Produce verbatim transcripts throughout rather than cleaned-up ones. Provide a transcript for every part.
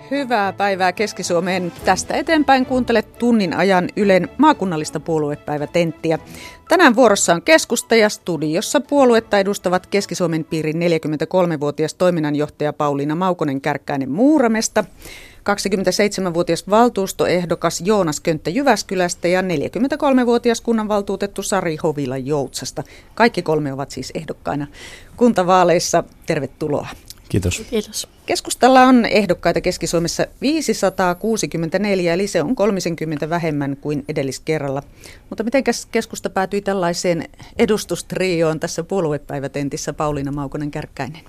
Hyvää päivää Keski-Suomeen. Tästä eteenpäin kuuntelet tunnin ajan Ylen maakunnallista puoluepäivätenttiä. Tänään vuorossa on keskusta ja studiossa puoluetta edustavat Keski-Suomen piirin neljäkymmentäkolmevuotias toiminnanjohtaja Pauliina Maukonen-Kärkkäinen Muuramesta, kaksikymmentäseitsemänvuotias valtuustoehdokas Joonas Könttä Jyväskylästä ja neljäkymmentäkolmevuotias kunnanvaltuutettu Sari Hovila Joutsasta. Kaikki kolme ovat siis ehdokkaina kuntavaaleissa. Tervetuloa. Kiitos. Kiitos. Keskustalla on ehdokkaita Keski-Suomessa viisisataakuusikymmentäneljä, eli se on kolmekymmentä vähemmän kuin edelliskerralla. Mutta miten keskusta päätyi tällaiseen edustustrioon tässä puoluepäivätentissä, Pauliina Maukonen-Kärkkäinen?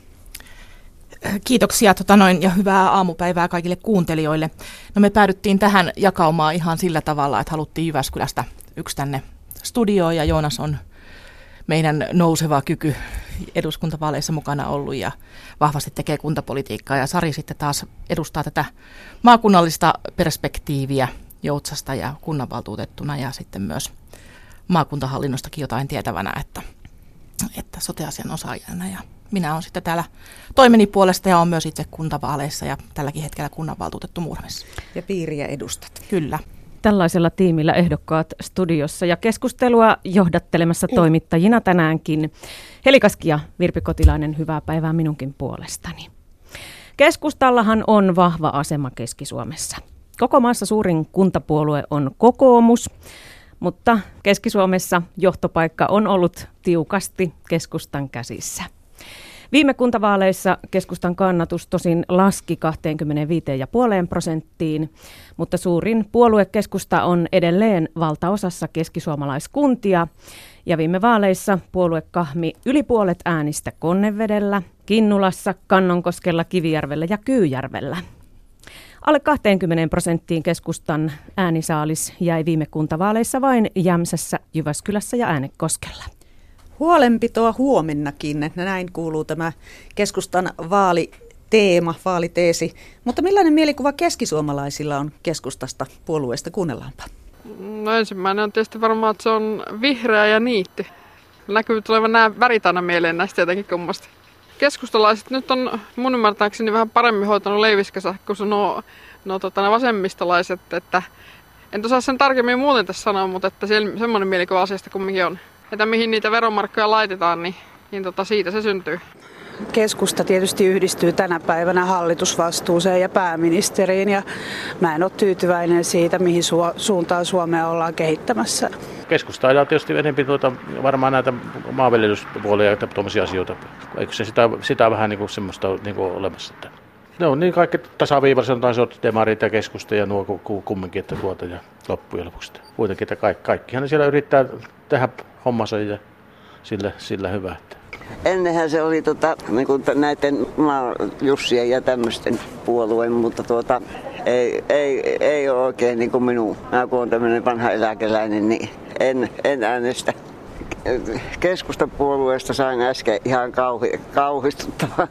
Kiitoksia tota noin, ja hyvää aamupäivää kaikille kuuntelijoille. No me päädyttiin tähän jakaumaan ihan sillä tavalla, että haluttiin Jyväskylästä yksi tänne studioon, ja Joonas on meidän nouseva kyky eduskuntavaaleissa mukana ollut ja vahvasti tekee kuntapolitiikkaa. Ja Sari sitten taas edustaa tätä maakunnallista perspektiiviä Joutsasta ja kunnanvaltuutettuna ja sitten myös maakuntahallinnostakin jotain tietävänä, että, että sote-asian osaajana. Ja minä olen sitten täällä toimeni puolesta ja olen myös itse kuntavaaleissa ja tälläkin hetkellä kunnanvaltuutettu Muuramessa. Ja piiriä edustat. Kyllä. Tällaisella tiimillä ehdokkaat studiossa ja keskustelua johdattelemassa toimittajina tänäänkin Heli Kaski ja Virpi Kotilainen, hyvää päivää minunkin puolestani. Keskustallahan on vahva asema Keski-Suomessa. Koko maassa suurin kuntapuolue on kokoomus, mutta Keski-Suomessa johtopaikka on ollut tiukasti keskustan käsissä. Viime kuntavaaleissa keskustan kannatus tosin laski kaksikymmentäviisi pilkku viisi prosenttiin, mutta suurin puolue keskusta on edelleen valtaosassa keskisuomalaiskuntia. Ja viime vaaleissa puolue kahmi yli puolet äänistä Konnevedellä, Kinnulassa, Kannonkoskella, Kivijärvellä ja Kyyjärvellä. Alle kaksikymmentä prosenttiin keskustan äänisaalis jäi viime kuntavaaleissa vain Jämsässä, Jyväskylässä ja Äänekoskella. Huolenpitoa huomennakin, näin kuuluu tämä keskustan vaaliteema, vaaliteesi. Mutta millainen mielikuva keskisuomalaisilla on keskustasta puolueesta? Kuunnellaanpa. No ensimmäinen on tietysti varmaan, että se on vihreä ja niitti. Näkyy tulevan nämä värit aina mieleen näistä jotenkin kummasti. Keskustalaiset nyt on mun ymmärtääkseni vähän paremmin hoitanut leiviskänsä kuin nuo, nuo tota, nämä vasemmistolaiset. Että en osaa sen tarkemmin muuten tässä sanoa, mutta että siellä, semmoinen mielikuva asiasta kumminkin on. Että mihin niitä veromarkkoja laitetaan, niin, niin tota, siitä se syntyy. Keskusta tietysti yhdistyy tänä päivänä hallitusvastuuseen ja pääministeriin, ja mä en ole tyytyväinen siitä, mihin su- suuntaan Suomea ollaan kehittämässä. Keskusta ajaa tietysti enemmän tuota, varmaan näitä maanviljelyspuolia ja tuommoisia asioita. Eikö se sitä, sitä vähän niin kuin semmoista niin kuin olemassa? Että ne on niin kaikki tasaviivaisia, on taisi demarit ja keskusta ja nuo kumminkin, että tuota ja loppujen lopuksi. Kuitenkin, että kaikki, kaikkihan ne siellä yrittää tehdä hommansa ja sillä, sillä hyvä. Ennenhän se oli tota, niin kuin näiden Jussien ja tämmöisten puolueen, mutta tuota, ei, ei, ei ole oikein niin kuin minun. Mä kun olen tämmöinen vanha eläkeläinen, niin en, en äänestä. Keskustapuolueesta sain äsken ihan kauhi, kauhistuttavaa.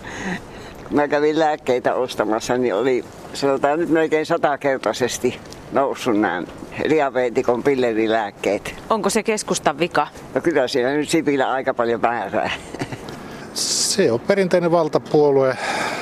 Kun mä kävin lääkkeitä ostamassa, niin oli sanotaan nyt melkein satakertaisesti noussut nämä diabeetikon pillerilääkkeet. Onko se keskustan vika? No kyllä siellä nyt Sipilä aika paljon määrää. Se on perinteinen valtapuolue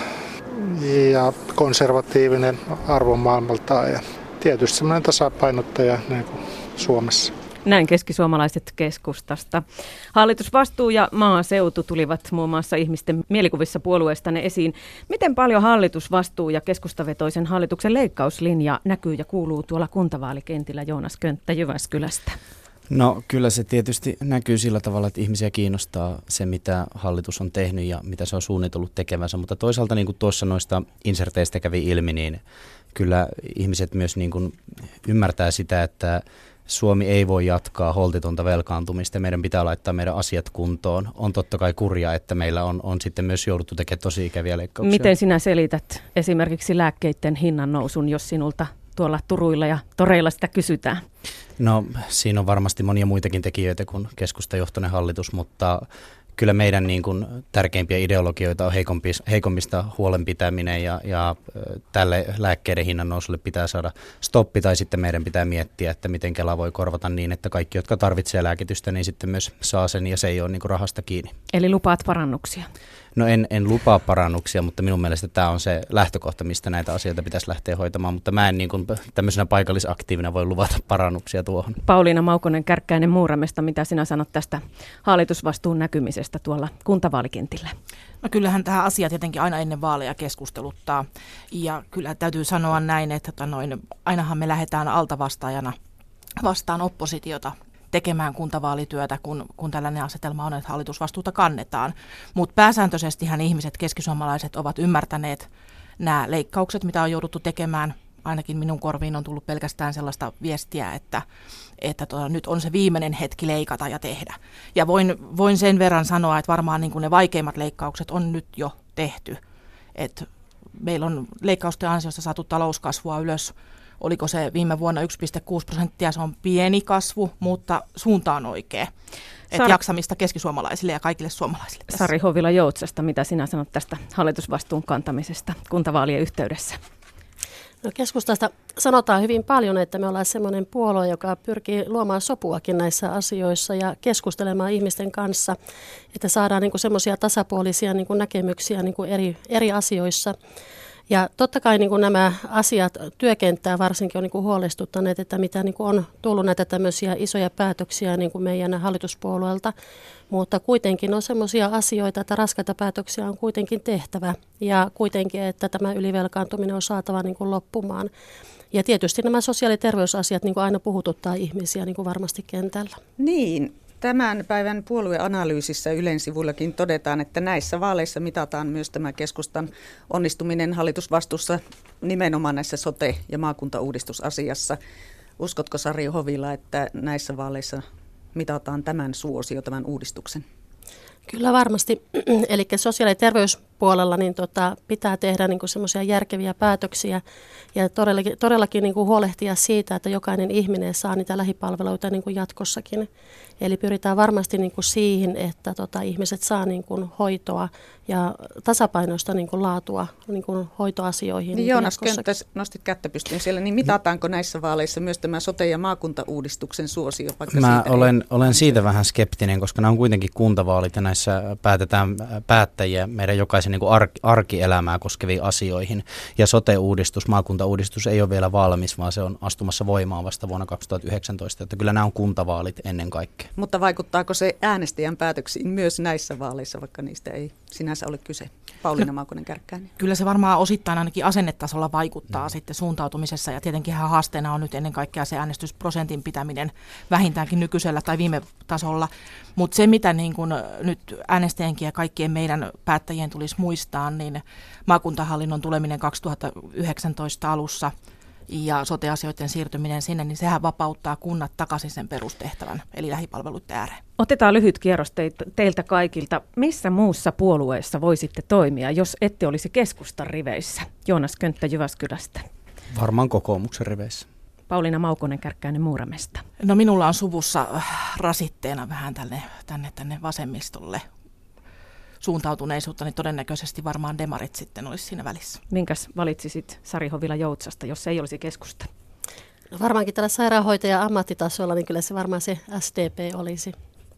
ja konservatiivinen arvomaailmaltaan ja tietysti semmoinen tasapainottaja niin kuin Suomessa. Näin keskisuomalaiset keskustasta. Hallitusvastuu ja maaseutu tulivat muun muassa ihmisten mielikuvissa puolueestanne esiin. Miten paljon hallitusvastuu ja keskustavetoisen hallituksen leikkauslinja näkyy ja kuuluu tuolla kuntavaalikentillä, Joonas Könttä Jyväskylästä? No kyllä se tietysti näkyy sillä tavalla, että ihmisiä kiinnostaa se, mitä hallitus on tehnyt ja mitä se on suunnitellut tekevänsä. Mutta toisaalta niin kuin tuossa noista inserteistä kävi ilmi, niin kyllä ihmiset myös niin kuin ymmärtää sitä, että Suomi ei voi jatkaa holtitonta velkaantumista ja meidän pitää laittaa meidän asiat kuntoon. On totta kai kurja, että meillä on, on sitten myös jouduttu tekemään tosi ikäviä leikkauksia. Miten sinä selität esimerkiksi lääkkeiden hinnan nousun, jos sinulta tuolla turuilla ja toreilla sitä kysytään? No siinä on varmasti monia muitakin tekijöitä kuin keskustajohtoinen hallitus, mutta kyllä meidän niin kuin tärkeimpiä ideologioita on heikommista huolenpitäminen ja, ja tälle lääkkeiden hinnan nousulle pitää saada stoppi tai sitten meidän pitää miettiä, että miten Kela voi korvata niin, että kaikki, jotka tarvitsevat lääkitystä, niin sitten myös saa sen ja se ei ole niin kuin rahasta kiinni. Eli lupaat parannuksia? No en, en lupaa parannuksia, mutta minun mielestä tämä on se lähtökohta, mistä näitä asioita pitäisi lähteä hoitamaan, mutta mä en niin kuin tämmöisenä paikallisaktiivina voi luvata parannuksia tuohon. Pauliina Maukonen-Kärkkäinen Muuramesta, mitä sinä sanot tästä hallitusvastuun näkymisestä tuolla kuntavaalikentillä? No kyllähän tämä asia tietenkin aina ennen vaaleja keskusteluttaa ja kyllä täytyy sanoa näin, että noin, ainahan me lähdetään altavastaajana vastaan oppositiota tekemään kuntavaalityötä, kun, kun tällainen asetelma on, että hallitusvastuuta kannetaan. Mutta pääsääntöisestihän ihmiset, keskisuomalaiset, ovat ymmärtäneet nämä leikkaukset, mitä on jouduttu tekemään. Ainakin minun korviin on tullut pelkästään sellaista viestiä, että, että tota, nyt on se viimeinen hetki leikata ja tehdä. Ja voin, voin sen verran sanoa, että varmaan niin kuin ne vaikeimmat leikkaukset on nyt jo tehty. Et meillä on leikkausten ansiosta saatu talouskasvua ylös. Oliko se viime vuonna yksi pilkku kuusi prosenttia, se on pieni kasvu, mutta suunta on oikea. Että jaksamista keskisuomalaisille ja kaikille suomalaisille. Tässä. Sari Hovila-Joutsasta, mitä sinä sanot tästä hallitusvastuun kantamisesta kuntavaalien yhteydessä? No keskustasta sanotaan hyvin paljon, että me ollaan semmoinen puolue, joka pyrkii luomaan sopuakin näissä asioissa ja keskustelemaan ihmisten kanssa, että saadaan niinku semmoisia tasapuolisia niinku näkemyksiä niinku eri, eri asioissa. Ja totta kai niin kuin nämä asiat työkenttää varsinkin on niin kuin huolestuttaneet, että mitä niin kuin on tullut näitä tämmöisiä isoja päätöksiä niin kuin meidän hallituspuolueelta, mutta kuitenkin on semmoisia asioita, että raskaita päätöksiä on kuitenkin tehtävä ja kuitenkin, että tämä ylivelkaantuminen on saatava niin kuin loppumaan. Ja tietysti nämä sosiaali- ja terveysasiat niin kuin aina puhututtaa ihmisiä niin kuin varmasti kentällä. Niin. Tämän päivän puolueanalyysissä Ylen sivuillakin todetaan, että näissä vaaleissa mitataan myös tämä keskustan onnistuminen hallitusvastuussa nimenomaan näissä sote- ja maakuntauudistusasiassa. Uskotko Sari Hovila, että näissä vaaleissa mitataan tämän suosio, tämän uudistuksen? Kyllä varmasti. Eli sosiaali- ja terveyspuolella niin tota, pitää tehdä niin semmoisia järkeviä päätöksiä ja todellakin, todellakin niin kuin huolehtia siitä, että jokainen ihminen saa niitä lähipalveluita niin kuin jatkossakin. Eli pyritään varmasti niin kuin siihen, että tota, ihmiset saa niin kuin hoitoa ja tasapainoista niin kuin laatua niin kuin hoitoasioihin. Niin Joonas Könttä, nostit kättä pystyyn siellä, niin mitataanko näissä vaaleissa myös tämä sote- ja maakuntauudistuksen suosio? Mä olen, olen siitä vähän skeptinen, koska nämä on kuitenkin kuntavaalit ja näissä päätetään päättäjiä meidän jokaisen niin kuin arki, arkielämää koskeviin asioihin. Ja sote-uudistus, maakuntauudistus ei ole vielä valmis, vaan se on astumassa voimaan vasta vuonna kaksituhattayhdeksäntoista. Että kyllä nämä on kuntavaalit ennen kaikkea. Mutta vaikuttaako se äänestäjän päätöksiin myös näissä vaaleissa, vaikka niistä ei sinänsä ole kyse? Pauliina Maukonen-Kärkkäinen. Kyllä se varmaan osittain ainakin asennetasolla vaikuttaa mm. sitten suuntautumisessa. Ja tietenkin haasteena on nyt ennen kaikkea se äänestysprosentin pitäminen vähintäänkin nykyisellä tai viime tasolla. Mutta se, mitä niin kun nyt äänestäjienkin ja kaikkien meidän päättäjien tulisi muistaa, niin maakuntahallinnon tuleminen kaksituhattayhdeksäntoista alussa ja sote-asioiden siirtyminen sinne, niin sehän vapauttaa kunnat takaisin sen perustehtävän, eli lähipalveluiden ääreen. Otetaan lyhyt kierros teiltä kaikilta. Missä muussa puolueessa voisitte toimia, jos ette olisi keskustan riveissä? Joonas Könttä Jyväskylästä. Varmaan kokoomuksen riveissä. Pauliina Maukonen-Kärkkäinen Muuramesta. No minulla on suvussa rasitteena vähän tänne, tänne, tänne vasemmistolle suuntautuneisuutta, niin todennäköisesti varmaan demarit sitten olisi siinä välissä. Minkäs valitsisit Sari Hovila-Joutsasta, jos se ei olisi keskusta? No varmaankin tällä sairaanhoitaja ammattitasolla, niin kyllä se varmaan se S D P olisi.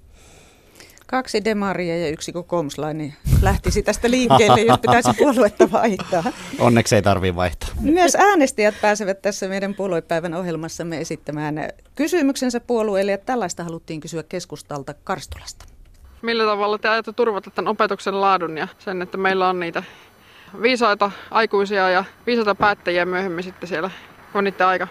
Kaksi demaria ja yksi kokoomuslainen lähtisi tästä liikkeelle, jos pitäisi puoluetta vaihtaa. Onneksi ei tarvitse vaihtaa. Myös äänestäjät pääsevät tässä meidän puoluepäivän ohjelmassamme esittämään kysymyksensä puolueelle, ja tällaista haluttiin kysyä keskustalta Karstulasta. Millä tavalla te ajatte turvata tämän opetuksen laadun ja sen, että meillä on niitä viisaita aikuisia ja viisaita päättäjiä myöhemmin sitten siellä, on niiden aika?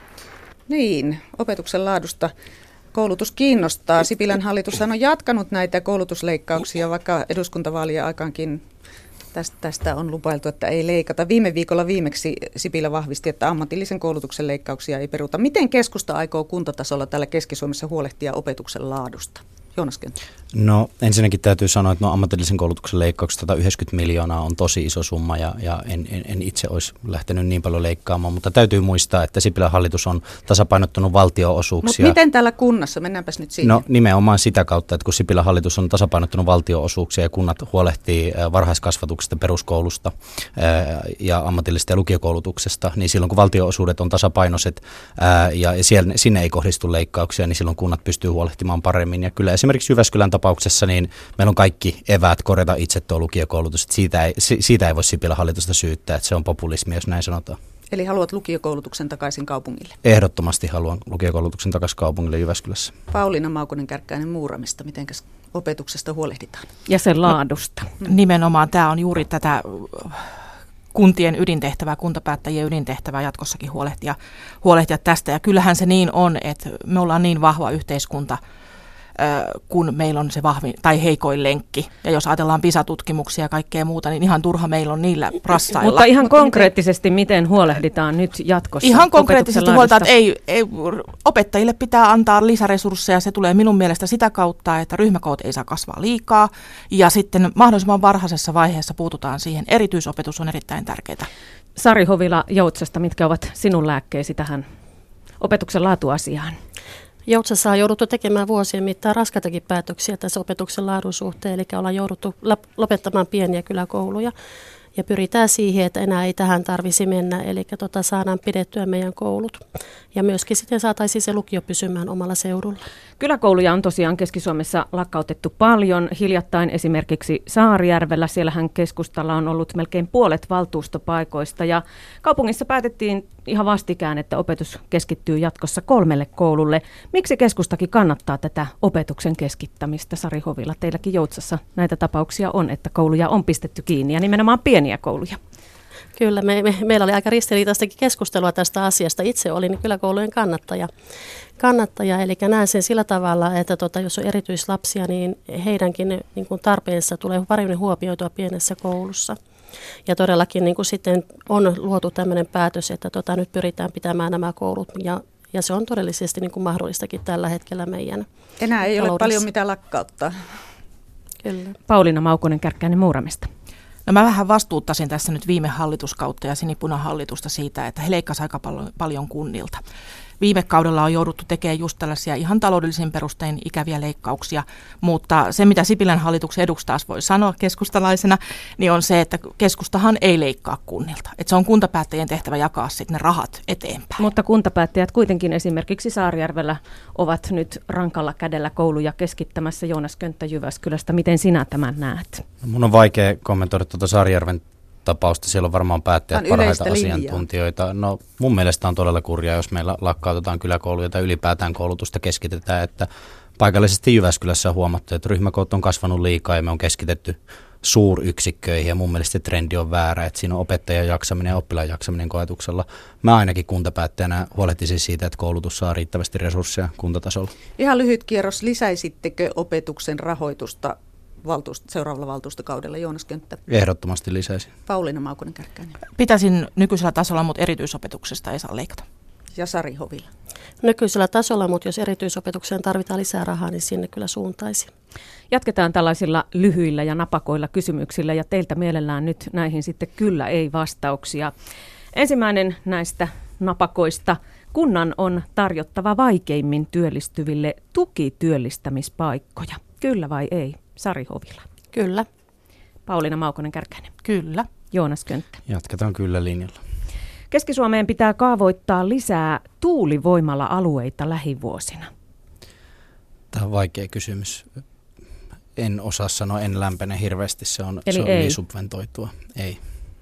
Niin, opetuksen laadusta. Koulutus kiinnostaa. Sipilän hallitus on jatkanut näitä koulutusleikkauksia, vaikka eduskuntavaalien aikaankin tästä, tästä on lupailtu, että ei leikata. Viime viikolla viimeksi Sipilä vahvisti, että ammatillisen koulutuksen leikkauksia ei peruta. Miten keskusta aikoo kuntatasolla täällä Keski-Suomessa huolehtia opetuksen laadusta? Joonas Könttä. No ensinnäkin täytyy sanoa, että no, ammatillisen koulutuksen leikkaukset sata yhdeksänkymmentä miljoonaa on tosi iso summa ja, ja en, en, en itse olisi lähtenyt niin paljon leikkaamaan, mutta täytyy muistaa, että Sipilän hallitus on tasapainottanut valtio-osuuksia. Mutta miten täällä kunnassa? Mennäänpäs nyt siihen. No nimenomaan sitä kautta, että kun Sipilän hallitus on tasapainottanut valtio-osuuksia ja kunnat huolehtii varhaiskasvatuksesta, peruskoulusta ja ammatillisesta ja lukiokoulutuksesta, niin silloin kun valtio-osuudet on tasapainoiset ja siellä, sinne ei kohdistu leikkauksia, niin silloin kunnat pystyy huolehtimaan paremmin. Ja kyllä esimerkiksi Jyväskylän tapauksessa niin meillä on kaikki eväät korjata itse tuo lukiokoulutus. Siitä ei, siitä ei voi Sipilän hallitusta syyttää, että se on populismi, jos näin sanotaan. Eli haluat lukiokoulutuksen takaisin kaupungille? Ehdottomasti haluan lukiokoulutuksen takaisin kaupungille Jyväskylässä. Pauliina Maukonen-Kärkkäinen Muuramista, mitenkäs opetuksesta huolehditaan? Ja sen laadusta. No, nimenomaan tämä on juuri tätä kuntien ydintehtävää, kuntapäättäjien ydintehtävää jatkossakin huolehtia, huolehtia tästä. Ja kyllähän se niin on, että me ollaan niin vahva yhteiskunta, kun meillä on se vahvin tai heikoin lenkki. Ja jos ajatellaan PISA-tutkimuksia ja kaikkea muuta, niin ihan turha meillä on niillä rassailla. Mutta ihan konkreettisesti, miten huolehditaan nyt jatkossa? Ihan konkreettisesti huolehditaan, että ei, ei, opettajille pitää antaa lisäresursseja. Se tulee minun mielestä sitä kautta, että ryhmäkoot ei saa kasvaa liikaa. Ja sitten mahdollisimman varhaisessa vaiheessa puututaan siihen. Erityisopetus on erittäin tärkeää. Sari Hovila Joutsasta, mitkä ovat sinun lääkkeesi tähän opetuksen laatuasiaan? Joutsassa on jouduttu tekemään vuosien mittaan raskaitakin päätöksiä tässä opetuksen laadun suhteen, eli ollaan jouduttu lopettamaan pieniä kyläkouluja. Ja pyritään siihen, että enää ei tähän tarvisi mennä, eli tota, saadaan pidettyä meidän koulut. Ja myöskin sitten saataisiin se lukio pysymään omalla seudulla. Kyläkouluja on tosiaan Keski-Suomessa lakkautettu paljon. Hiljattain esimerkiksi Saarijärvellä, siellähän keskustalla on ollut melkein puolet valtuustopaikoista. Ja kaupungissa päätettiin ihan vastikään, että opetus keskittyy jatkossa kolmelle koululle. Miksi keskustakin kannattaa tätä opetuksen keskittämistä? Sari Hovila, teilläkin Joutsassa näitä tapauksia on, että kouluja on pistetty kiinni ja nimenomaan pieniä kouluja. Kyllä, me, me, meillä oli aika ristiriitaistakin keskustelua tästä asiasta. Itse olin kyläkoulujen kannattaja, kannattaja eli näen sen sillä tavalla, että tota, jos on erityislapsia, niin heidänkin niin kuin tarpeensa tulee paremmin huomioitua pienessä koulussa. Ja todellakin niin kuin sitten on luotu tämmöinen päätös, että tota, nyt pyritään pitämään nämä koulut ja Ja se on todellisesti niin kuin mahdollistakin tällä hetkellä meidän Enää ei ole paljon mitä lakkauttaa. Kyllä. Pauliina Maukonen-Kärkkäinen Muuramesta. No mä vähän vastuuttasin tässä nyt viime hallituskautta ja sinipunahallitusta siitä, että he leikkasivat aika paljon, paljon kunnilta. Viime kaudella on jouduttu tekemään just tällaisia ihan taloudellisin perustein ikäviä leikkauksia, mutta se mitä Sipilän hallituksen eduksi taas voi sanoa keskustalaisena, niin on se, että keskustahan ei leikkaa kunnilta. Että se on kuntapäättäjien tehtävä jakaa sitten ne rahat eteenpäin. Mutta kuntapäättäjät kuitenkin esimerkiksi Saarijärvellä ovat nyt rankalla kädellä kouluja keskittämässä. Joonas Könttä Jyväskylästä, miten sinä tämän näet? Mun on vaikea kommentoida tuota Saarijärven tapausta. Siellä on varmaan päättäjät parhaita asiantuntijoita. No mun mielestä on todella kurjaa, jos meillä lakkautetaan kyläkouluja tai ylipäätään koulutusta keskitetään, että paikallisesti Jyväskylässä on huomattu, että ryhmäkoot on kasvanut liikaa ja me on keskitetty suuryksikköihin ja mun mielestä se trendi on väärä, että siinä on opettajan jaksaminen ja oppilaan jaksaminen koetuksella. Mä ainakin kuntapäättäjänä huolehtisin siitä, että koulutus saa riittävästi resursseja kuntatasolla. Ihan lyhyt kierros. Lisäisittekö opetuksen rahoitusta Valtuust, seuraavalla valtuustokaudella, Joonas Könttä? Ehdottomasti lisäisi. Pauliina Maukonen-Kärkkäinen. Pitäisin nykyisellä tasolla, mutta erityisopetuksesta ei saa leikata. Ja Sari Hovila. Nykyisellä tasolla, mutta jos erityisopetukseen tarvitaan lisää rahaa, niin sinne kyllä suuntaisi. Jatketaan tällaisilla lyhyillä ja napakoilla kysymyksillä ja teiltä mielellään nyt näihin sitten kyllä ei vastauksia. Ensimmäinen näistä napakoista. Kunnan on tarjottava vaikeimmin työllistyville tukityöllistämispaikkoja. Kyllä vai ei? Sari Hovila. Kyllä. Pauliina Maukonen-Kärkkäinen. Kyllä. Joonas Könttä. Jatketaan kyllä linjalla. Keski-Suomeen pitää kaavoittaa lisää tuulivoimala-alueita lähivuosina. Tämä on vaikea kysymys. En osaa sanoa, en lämpene hirveästi. Se on, Eli se on ei. ylisubventoitua. Ei.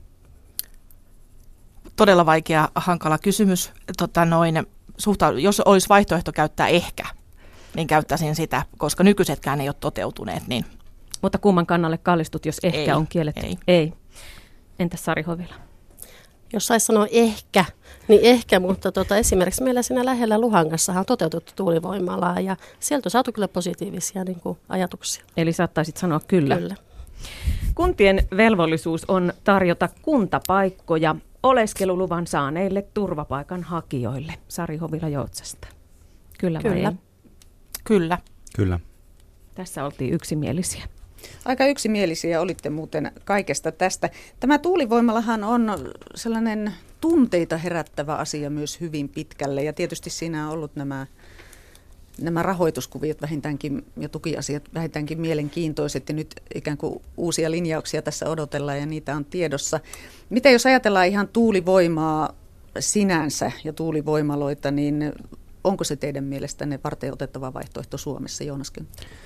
Todella vaikea, hankala kysymys. Tota noin, suhta, jos olisi vaihtoehto käyttää ehkä, niin käyttäisin sitä, koska nykyisetkään ei ole toteutuneet. Niin. Mutta kumman kannalle kallistut, jos ehkä ei, on kielletty? Ei. ei. Entäs Sari Hovila? Jos saisi sanoa ehkä, niin ehkä, mutta tota, esimerkiksi meillä siinä lähellä Luhangassahan on toteutettu tuulivoimalaa ja sieltä on saatu kyllä positiivisia niin kuin, ajatuksia. Eli saattaisit sanoa kyllä. Kyllä. Kuntien velvollisuus on tarjota kuntapaikkoja oleskeluluvan saaneille turvapaikanhakijoille. Sari Hovila Joutsasta. Kyllä vai Kyllä. ei? Kyllä. Kyllä. Tässä oltiin yksimielisiä. Aika yksimielisiä olitte muuten kaikesta tästä. Tämä tuulivoimalahan on sellainen tunteita herättävä asia myös hyvin pitkälle ja tietysti siinä on ollut nämä, nämä rahoituskuviot vähintäänkin ja tukiasiat vähintäänkin mielenkiintoiset ja nyt ikään kuin uusia linjauksia tässä odotellaan ja niitä on tiedossa. Miten jos ajatellaan ihan tuulivoimaa sinänsä ja tuulivoimaloita, niin onko se teidän mielestänne varten otettava vaihtoehto Suomessa, Joonas Könttä?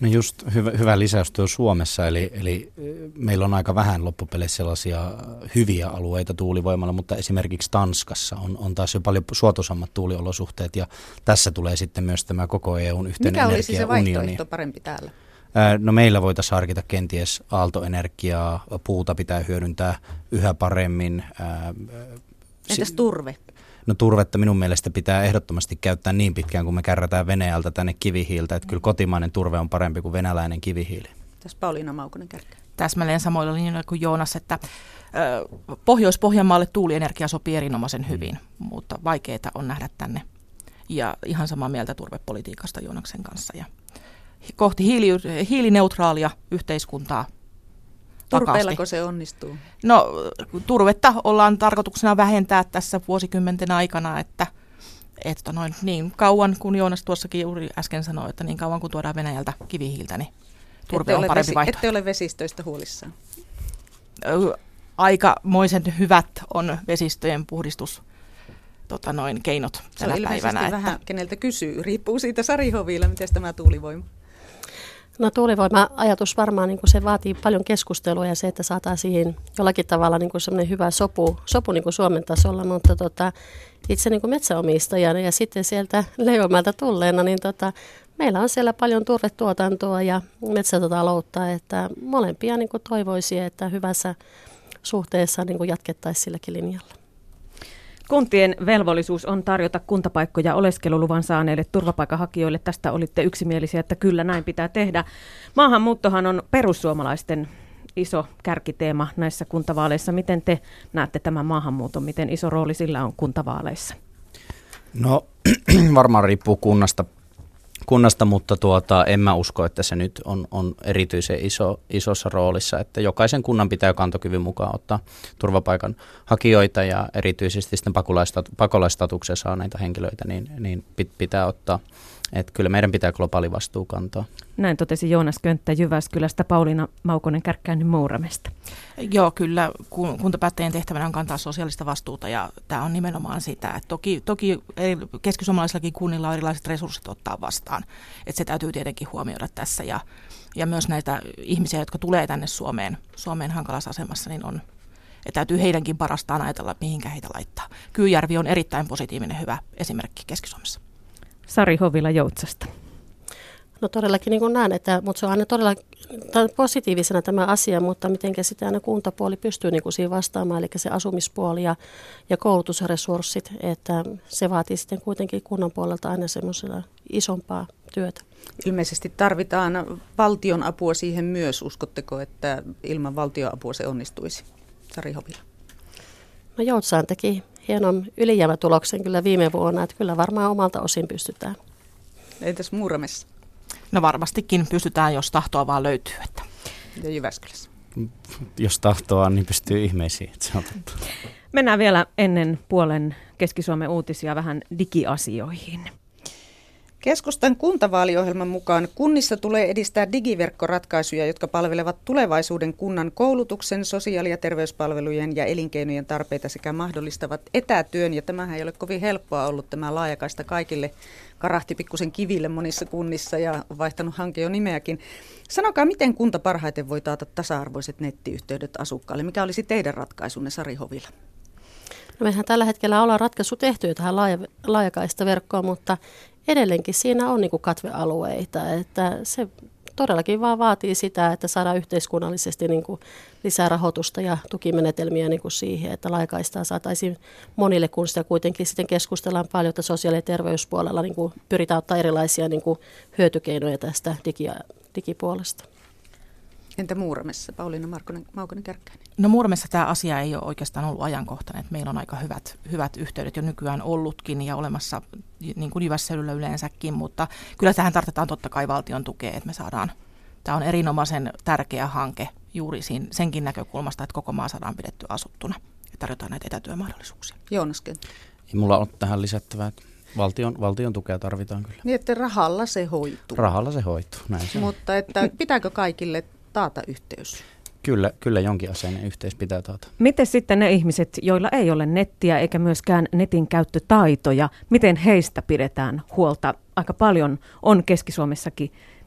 No just hyvä, hyvä lisäys tuo Suomessa, eli, eli meillä on aika vähän loppupeleissä sellaisia hyviä alueita tuulivoimalla, mutta esimerkiksi Tanskassa on, on taas jo paljon suotuisammat tuuliolosuhteet, ja tässä tulee sitten myös tämä koko E U:n yhteinen energiaunioni. Mikä olisi se vaihtoehto parempi täällä? No meillä voitaisiin harkita kenties aaltoenergiaa, puuta pitää hyödyntää yhä paremmin. Entäs turve? No turvetta minun mielestä pitää ehdottomasti käyttää niin pitkään, kun me kärrätään Venäjältä tänne kivihiiltä, että kyllä kotimainen turve on parempi kuin venäläinen kivihiili. Tässä Pauliina Maukonen-Kärkkäinen. Täsmälleen samoilla linjoilla kuin Joonas, että ö, Pohjois-Pohjanmaalle tuulienergia sopii erinomaisen hyvin, mutta vaikeaa on nähdä tänne. Ja ihan samaa mieltä turvepolitiikasta Joonaksen kanssa. Ja kohti hiili, hiilineutraalia yhteiskuntaa. Turpeellako se onnistuu? No turvetta ollaan tarkoituksena vähentää tässä vuosikymmenten aikana, että, että noin niin kauan, kun Joonas tuossakin juuri äsken sanoi, että niin kauan kun tuodaan Venäjältä kivihiiltä, niin turve ette on parempi vesi, vaihtoehto. Ette ole vesistöistä huolissaan? Aikamoisen hyvät on vesistöjen puhdistus. Tota noin, keinot tällä päivänä. Että vähän keneltä kysyy. Riippuu siitä Sari Hovila, miten tämä tuulivoima? No tuulivoima-ajatus varmaan niin kuin se vaatii paljon keskustelua ja se, että saataisiin jollakin tavalla niin kuin semmoinen hyvä sopu, sopu niin kuin Suomen tasolla, mutta tota, itse niin kuin metsäomistajana ja sitten sieltä Leijonmäeltä tulleena, niin tota, meillä on siellä paljon turvetuotantoa ja metsätaloutta, että molempia niin kuin toivoisi, että hyvässä suhteessa niin kuin jatkettaisiin silläkin linjalla. Kuntien velvollisuus on tarjota kuntapaikkoja oleskeluluvan saaneille turvapaikanhakijoille. Tästä olitte yksimielisiä, että kyllä näin pitää tehdä. Maahanmuuttohan on perussuomalaisten iso kärkiteema näissä kuntavaaleissa. Miten te näette tämän maahanmuuton? Miten iso rooli sillä on kuntavaaleissa? No varmaan riippuu kunnasta. Kunnasta, mutta tuota, en mä usko, että se nyt on, on erityisen iso, isossa roolissa, että jokaisen kunnan pitää kantokyvyn mukaan ottaa turvapaikan hakijoita ja erityisesti sitten pakolaistatuksen saaneita henkilöitä, niin, niin pitää ottaa. Että kyllä meidän pitää globaali vastuu kantaa. Näin totesi Joonas Könttä Jyväskylästä, Pauliina Maukonen-Kärkkäinen Muuramesta. Joo, kyllä kuntapäättäjien tehtävänä on kantaa sosiaalista vastuuta ja tämä on nimenomaan sitä, että toki, toki keskisuomalaisillakin kunnilla on erilaiset resurssit ottaa vastaan, että se täytyy tietenkin huomioida tässä ja, ja myös näitä ihmisiä, jotka tulee tänne Suomeen, Suomeen hankalassa asemassa, niin on, että täytyy heidänkin parastaan ajatella, mihinkä heitä laittaa. Kyyjärvi on erittäin positiivinen hyvä esimerkki Keski-Suomessa. Sari Hovila Joutsasta. No todellakin niin kuin näen, että, mutta se on aina todella positiivisena tämä asia, mutta miten sitä aina kuntapuoli pystyy niin kuin siihen vastaamaan, eli se asumispuoli ja, ja koulutusresurssit, että se vaatii sitten kuitenkin kunnan puolelta aina semmoisella isompaa työtä. Ilmeisesti tarvitaan valtion apua siihen myös. Uskotteko, että ilman valtion apua se onnistuisi? Sari Hovila. No Joutsaan teki hienon ylijäämätuloksen kyllä viime vuonna, että kyllä varmaan omalta osin pystytään. Entäs Muuramessa? No varmastikin pystytään, jos tahtoa vaan löytyy. Että. Ja Jyväskylässä? Jos tahtoa, niin pystyy ihmeisiin. Se on totta. Mennään vielä ennen puolen Keski-Suomen uutisia vähän digiasioihin. Keskustan kuntavaaliohjelman mukaan kunnissa tulee edistää digiverkkoratkaisuja, jotka palvelevat tulevaisuuden kunnan koulutuksen, sosiaali- ja terveyspalvelujen ja elinkeinojen tarpeita sekä mahdollistavat etätyön. Ja tämähän ei ole kovin helppoa ollut tämä laajakaista kaikille. Karahti pikkusen kiville monissa kunnissa ja on vaihtanut hanke jo nimeäkin. Sanokaa, miten kunta parhaiten voi taata tasa-arvoiset nettiyhteydet asukkaille? Mikä olisi teidän ratkaisunne, Sari Hovila? No mehän tällä hetkellä ollaan ratkaisu tehty tähän laaja, laajakaista verkkoon, mutta edelleenkin siinä on niin kuin katvealueita, että se todellakin vaan vaatii sitä, että saadaan yhteiskunnallisesti niin kuin lisää rahoitusta ja tukimenetelmiä niin kuin siihen, että laajakaistaa saataisiin monille, kun sitä kuitenkin sitten keskustellaan paljon, että sosiaali- ja terveyspuolella niin kuin pyritään ottaa erilaisia niin kuin hyötykeinoja tästä digi- digipuolesta. Entä Muuramessa, Pauliina Maukonen-Kärkkäinen? No Muuramessa tämä asia ei ole oikeastaan ollut ajankohtainen, että meillä on aika hyvät, hyvät yhteydet jo nykyään ollutkin ja olemassa niin kuin Jyväskylällä yleensäkin, mutta kyllä tähän tarvitaan totta kai valtion tukea, että me saadaan, tämä on erinomaisen tärkeä hanke juuri siinä, senkin näkökulmasta, että koko maa saadaan pidettyä asuttuna ja tarjotaan näitä etätyömahdollisuuksia. Joonas Könttä. Ei mulla ole tähän lisättävää, että valtion, valtion tukea tarvitaan kyllä. Niin, että rahalla se hoituu. Rahalla se hoituu, näin se Mutta että pitääkö kaikille taata yhteys? Kyllä, kyllä jonkin aseinen yhteys pitää taata. Miten sitten ne ihmiset, joilla ei ole nettiä eikä myöskään netin käyttötaitoja, miten heistä pidetään huolta? Aika paljon on Keski-Suomessakin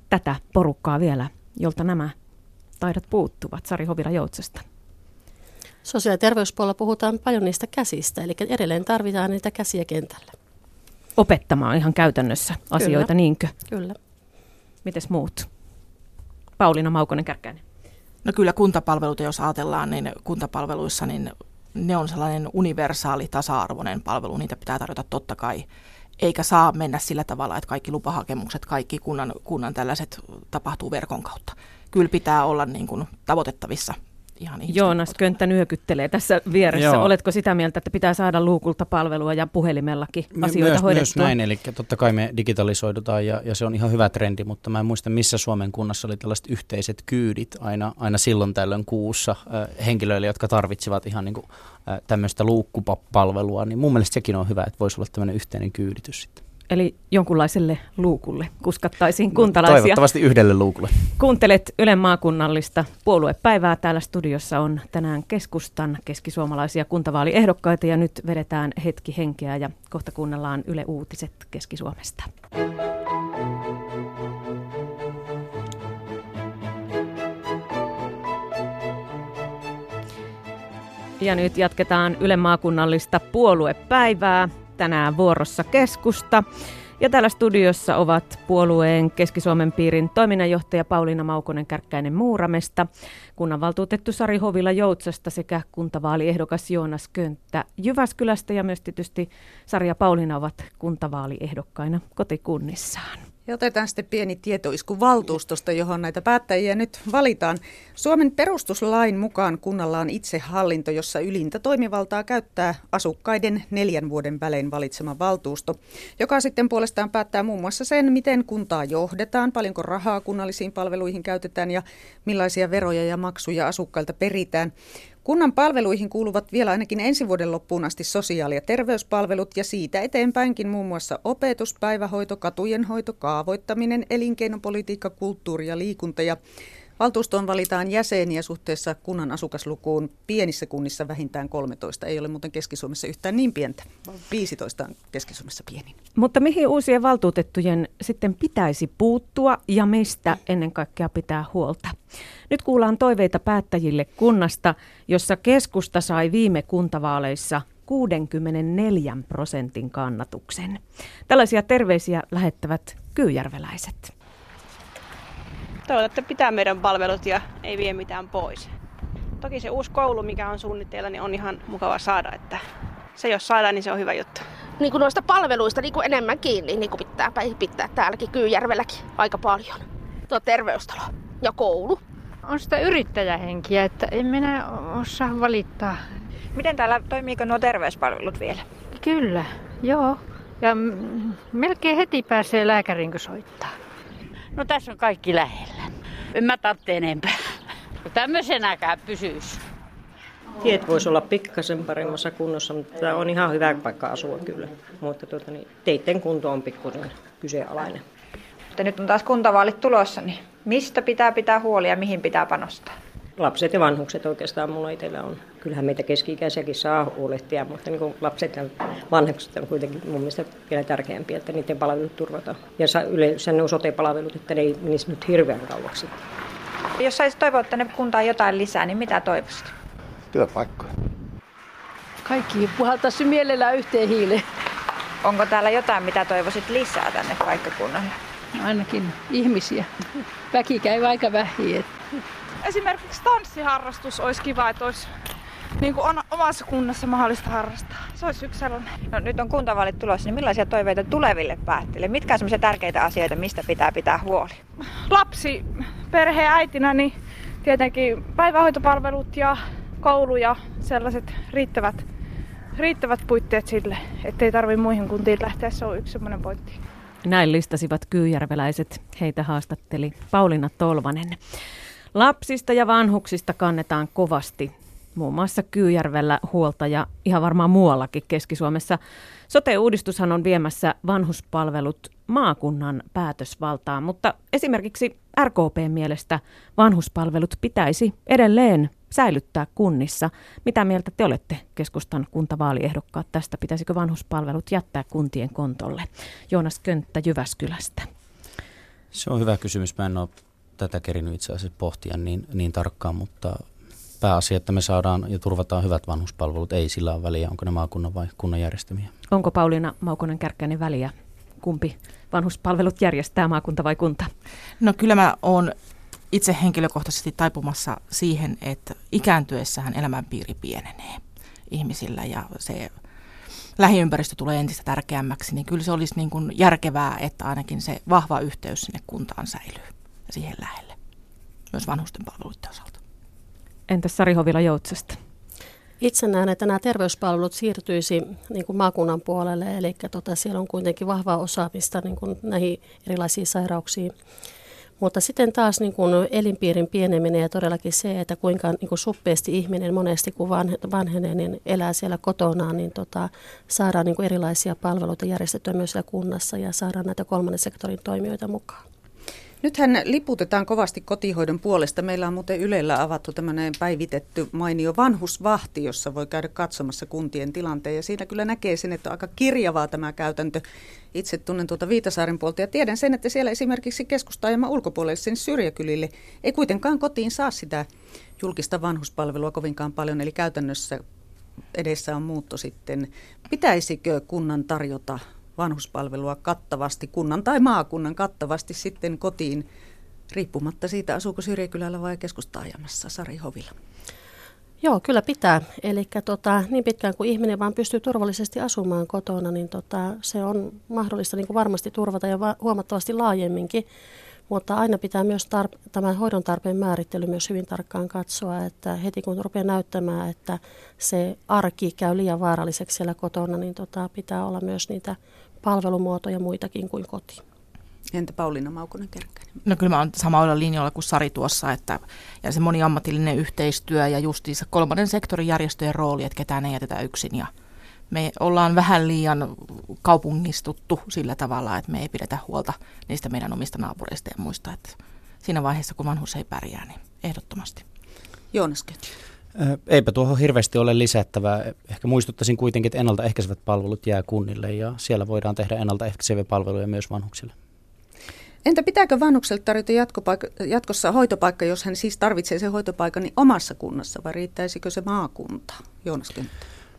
tätä porukkaa vielä, jolta nämä taidot puuttuvat? Sari Hovila-Joutsasta. Sosiaali- ja terveyspuolella puhutaan paljon niistä käsistä, eli edelleen tarvitaan niitä käsiä kentällä. Opettamaan ihan käytännössä asioita, Kyllä. niinkö? Kyllä. Mites muut? Pauliina Maukonen-Kärkkäinen. No kyllä kuntapalveluita, jos ajatellaan, niin kuntapalveluissa niin ne on sellainen universaali, tasa-arvoinen palvelu. Niitä pitää tarjota totta kai, eikä saa mennä sillä tavalla, että kaikki lupahakemukset, kaikki kunnan, kunnan tällaiset tapahtuu verkon kautta. Kyllä pitää olla niin kuin tavoitettavissa. Joonas Könttä nyökyttelee tässä vieressä. Joo. Oletko sitä mieltä, että pitää saada luukulta palvelua ja puhelimellakin My- asioita myös, hoidettua? Myös näin, eli totta kai me digitalisoidutaan ja, ja se on ihan hyvä trendi, mutta mä en muista missä Suomen kunnassa oli tällaiset yhteiset kyydit aina, aina silloin tällöin kuussa äh, henkilöille, jotka tarvitsivat ihan niin kuin, äh, tämmöistä luukkupalvelua, niin mun mielestä sekin on hyvä, että voisi olla tämmöinen yhteinen kyyditys sitten. Eli jonkunlaiselle luukulle kuskattaisiin kuntalaisia. Toivottavasti yhdelle luukulle. Kuuntelet Ylen maakunnallista puoluepäivää. Täällä studiossa on tänään keskustan keskisuomalaisia kuntavaaliehdokkaita ja nyt vedetään hetki henkeä ja kohta kuunnellaan Yle Uutiset Keski-Suomesta. Ja nyt jatketaan Ylen maakunnallista puoluepäivää. Tänään vuorossa keskusta. Ja täällä studiossa ovat puolueen Keski-Suomen piirin toiminnanjohtaja Pauliina Maukonen-Kärkkäinen Muuramesta, kunnanvaltuutettu Sari Hovila-Joutsasta sekä kuntavaaliehdokas Joonas Könttä Jyväskylästä. Ja myös tietysti Sari ja Pauliina ovat kuntavaaliehdokkaina kotikunnissaan. Ja otetaan sitten pieni tietoisku valtuustosta, johon näitä päättäjiä nyt valitaan. Suomen perustuslain mukaan kunnalla on itsehallinto, jossa ylintä toimivaltaa käyttää asukkaiden neljän vuoden välein valitsema valtuusto, joka sitten puolestaan päättää muun muassa sen, miten kuntaa johdetaan, paljonko rahaa kunnallisiin palveluihin käytetään ja millaisia veroja ja maksuja asukkailta peritään. Kunnan palveluihin kuuluvat vielä ainakin ensi vuoden loppuun asti sosiaali- ja terveyspalvelut ja siitä eteenpäinkin muun muassa opetus, päivähoito, katujenhoito, kaavoittaminen, elinkeinopolitiikka, kulttuuri ja liikunta. Ja valtuustoon valitaan jäseniä suhteessa kunnan asukaslukuun pienissä kunnissa vähintään kolmetoista. Ei ole muuten Keski-Suomessa yhtään niin pientä. viisitoista on Keski-Suomessa pienin. Mutta mihin uusien valtuutettujen sitten pitäisi puuttua ja mistä ennen kaikkea pitää huolta? Nyt kuullaan toiveita päättäjille kunnasta, jossa keskusta sai viime kuntavaaleissa kuusikymmentäneljä prosentin kannatuksen. Tällaisia terveisiä lähettävät kyyjärveläiset. Toivotaan, että pitää meidän palvelut ja ei vie mitään pois. Toki se uusi koulu, mikä on suunnitteilla, niin on ihan mukava saada. Että se jos saadaan, niin se on hyvä juttu. Niin kuin noista palveluista niin kuin enemmän kiinni, niin kuin pitää, pitää täälläkin Kyyjärvelläkin aika paljon. Tuo terveystalo ja koulu. On sitä yrittäjähenkiä, että en minä osaa valittaa. Miten täällä toimiiko nuo terveyspalvelut vielä? Kyllä, joo. Ja m- melkein heti pääsee lääkäriin, kun soittaa. No tässä on kaikki lähellä. En mä tarvitse enempää. Tämmöisenäkään pysyisi. Tiet voisi olla pikkasen paremmassa kunnossa, mutta tämä on ihan hyvä paikka asua kyllä. Mutta tuota, niin, teitten kunto on pikkusen kyseenalainen. Mutta nyt on taas kuntavaalit tulossa, niin mistä pitää pitää huoli ja mihin pitää panostaa? Lapset ja vanhukset oikeastaan mulla itsellä on. Kyllähän meitä keski-ikäisiäkin saa huolehtia, mutta niin lapset ja vanhukset on kuitenkin mun mielestä vielä tärkeämpiä, että niiden palvelut turvataan. Ja yleensä ne on sote-palvelut, että ne ei menisi nyt hirveän kauaksi. Jos saisit toivoa tänne kuntaan jotain lisää, niin mitä toivoisit? Työpaikkoja. Kaikki puhaltaisi mielellään yhteen hiileen. Onko täällä jotain, mitä toivoisit lisää tänne paikkakunnalle? Ainakin ihmisiä. Väki käy aika vähin. Esimerkiksi tanssiharrastus olisi kiva, että olisi niin kuin on omassa kunnassa mahdollista harrastaa. Se olisi yksi sellainen. No, nyt on kuntavaalit tulossa, niin millaisia toiveita tuleville päättäjille? Mitkä on sellaisia tärkeitä asioita, mistä pitää pitää huoli? Lapsi perheen äitinä, niin tietenkin päivähoitopalvelut ja koulu ja sellaiset riittävät, riittävät puitteet sille, ettei tarvitse muihin kuntiin lähteä. Se on yksi semmoinen pointti. Näin listasivat kyyjärveläiset. Heitä haastatteli Pauliina Tolvanen. Lapsista ja vanhuksista kannetaan kovasti. Muun muassa Kyyjärvellä huolta ja ihan varmaan muuallakin Keski-Suomessa. Sote-uudistushan on viemässä vanhuspalvelut maakunnan päätösvaltaan, mutta esimerkiksi R K P:n mielestä vanhuspalvelut pitäisi edelleen säilyttää kunnissa. Mitä mieltä te olette, keskustan kuntavaaliehdokkaat, tästä? Pitäisikö vanhuspalvelut jättää kuntien kontolle? Joonas Könttä Jyväskylästä. Se on hyvä kysymys. Mä en ole tätä kerinyt itse asiassa pohtia niin, niin tarkkaan, mutta pääasia, että me saadaan ja turvataan hyvät vanhuspalvelut. Ei sillä ole väliä, onko ne maakunnan vai kunnan järjestämiä. Onko Pauliina Maukonen-Kärkkäinen väliä, kumpi vanhuspalvelut järjestää, maakunta vai kunta? No kyllä mä oon itse henkilökohtaisesti taipumassa siihen, että ikääntyessähän elämänpiiri pienenee ihmisillä ja se lähiympäristö tulee entistä tärkeämmäksi, niin kyllä se olisi niin kuin järkevää, että ainakin se vahva yhteys sinne kuntaan säilyy ja siihen lähelle, myös vanhusten palveluiden osalta. Entäs Sari Hovila-Joutsasta? Itse näen, että nämä terveyspalvelut siirtyisi niin kuin maakunnan puolelle, eli tota, siellä on kuitenkin vahvaa osaamista niin kuin näihin erilaisiin sairauksiin. Mutta sitten taas niin kuin elinpiirin pieneminen ja todellakin se, että kuinka niin kuin suppeasti ihminen monesti kun vanhenee, niin elää siellä kotonaan, niin tota, saadaan niin kuin erilaisia palveluita järjestettyä myös siellä kunnassa ja saadaan näitä kolmannen sektorin toimijoita mukaan. Nythän liputetaan kovasti kotihoidon puolesta. Meillä on muuten Ylellä avattu tämmöinen päivitetty mainio vanhusvahti, jossa voi käydä katsomassa kuntien tilanteen. Ja siinä kyllä näkee sen, että on aika kirjavaa tämä käytäntö. Itse tunnen tuota Viitasaaren puolta ja tiedän sen, että siellä esimerkiksi keskustaajama ulkopuolelle sen syrjäkylille ei kuitenkaan kotiin saa sitä julkista vanhuspalvelua kovinkaan paljon. Eli käytännössä edessä on muutto sitten. Pitäisikö kunnan tarjota vanhuspalvelua kattavasti, kunnan tai maakunnan kattavasti sitten kotiin, riippumatta siitä, asuuko syrjäkylällä vai keskustaajamassa? Sari Hovila. Joo, kyllä pitää. Eli tota, niin pitkään kuin ihminen vaan pystyy turvallisesti asumaan kotona, niin tota, se on mahdollista niin kuin varmasti turvata ja va- huomattavasti laajemminkin. Mutta aina pitää myös tar- tämän hoidon tarpeen määrittely myös hyvin tarkkaan katsoa, että heti kun rupeaa näyttämään, että se arki käy liian vaaralliseksi siellä kotona, niin tota, pitää olla myös niitä palvelumuotoja muitakin kuin koti. Entä Pauliina Maukonen-Kärkkäinen? No kyllä mä oon samalla linjalla kuin Sari tuossa, että ja se moniammatillinen yhteistyö ja justiinsa kolmannen sektorin järjestöjen rooli, että ketään ei jätetä yksin. Ja me ollaan vähän liian kaupungistuttu sillä tavalla, että me ei pidetä huolta niistä meidän omista naapureista ja muista. Että siinä vaiheessa, kun vanhus ei pärjää, niin ehdottomasti. Joonas Könttä. Eipä tuohon hirveästi ole lisättävää. Ehkä muistuttaisin kuitenkin, että ennaltaehkäisevät palvelut jää kunnille ja siellä voidaan tehdä ennaltaehkäiseviä palveluja myös vanhuksille. Entä pitääkö vanhukselle tarjota jatkossa hoitopaikka, jos hän siis tarvitsee sen hoitopaikan niin omassa kunnassa vai riittäisikö se maakunta? Joonas Könttä.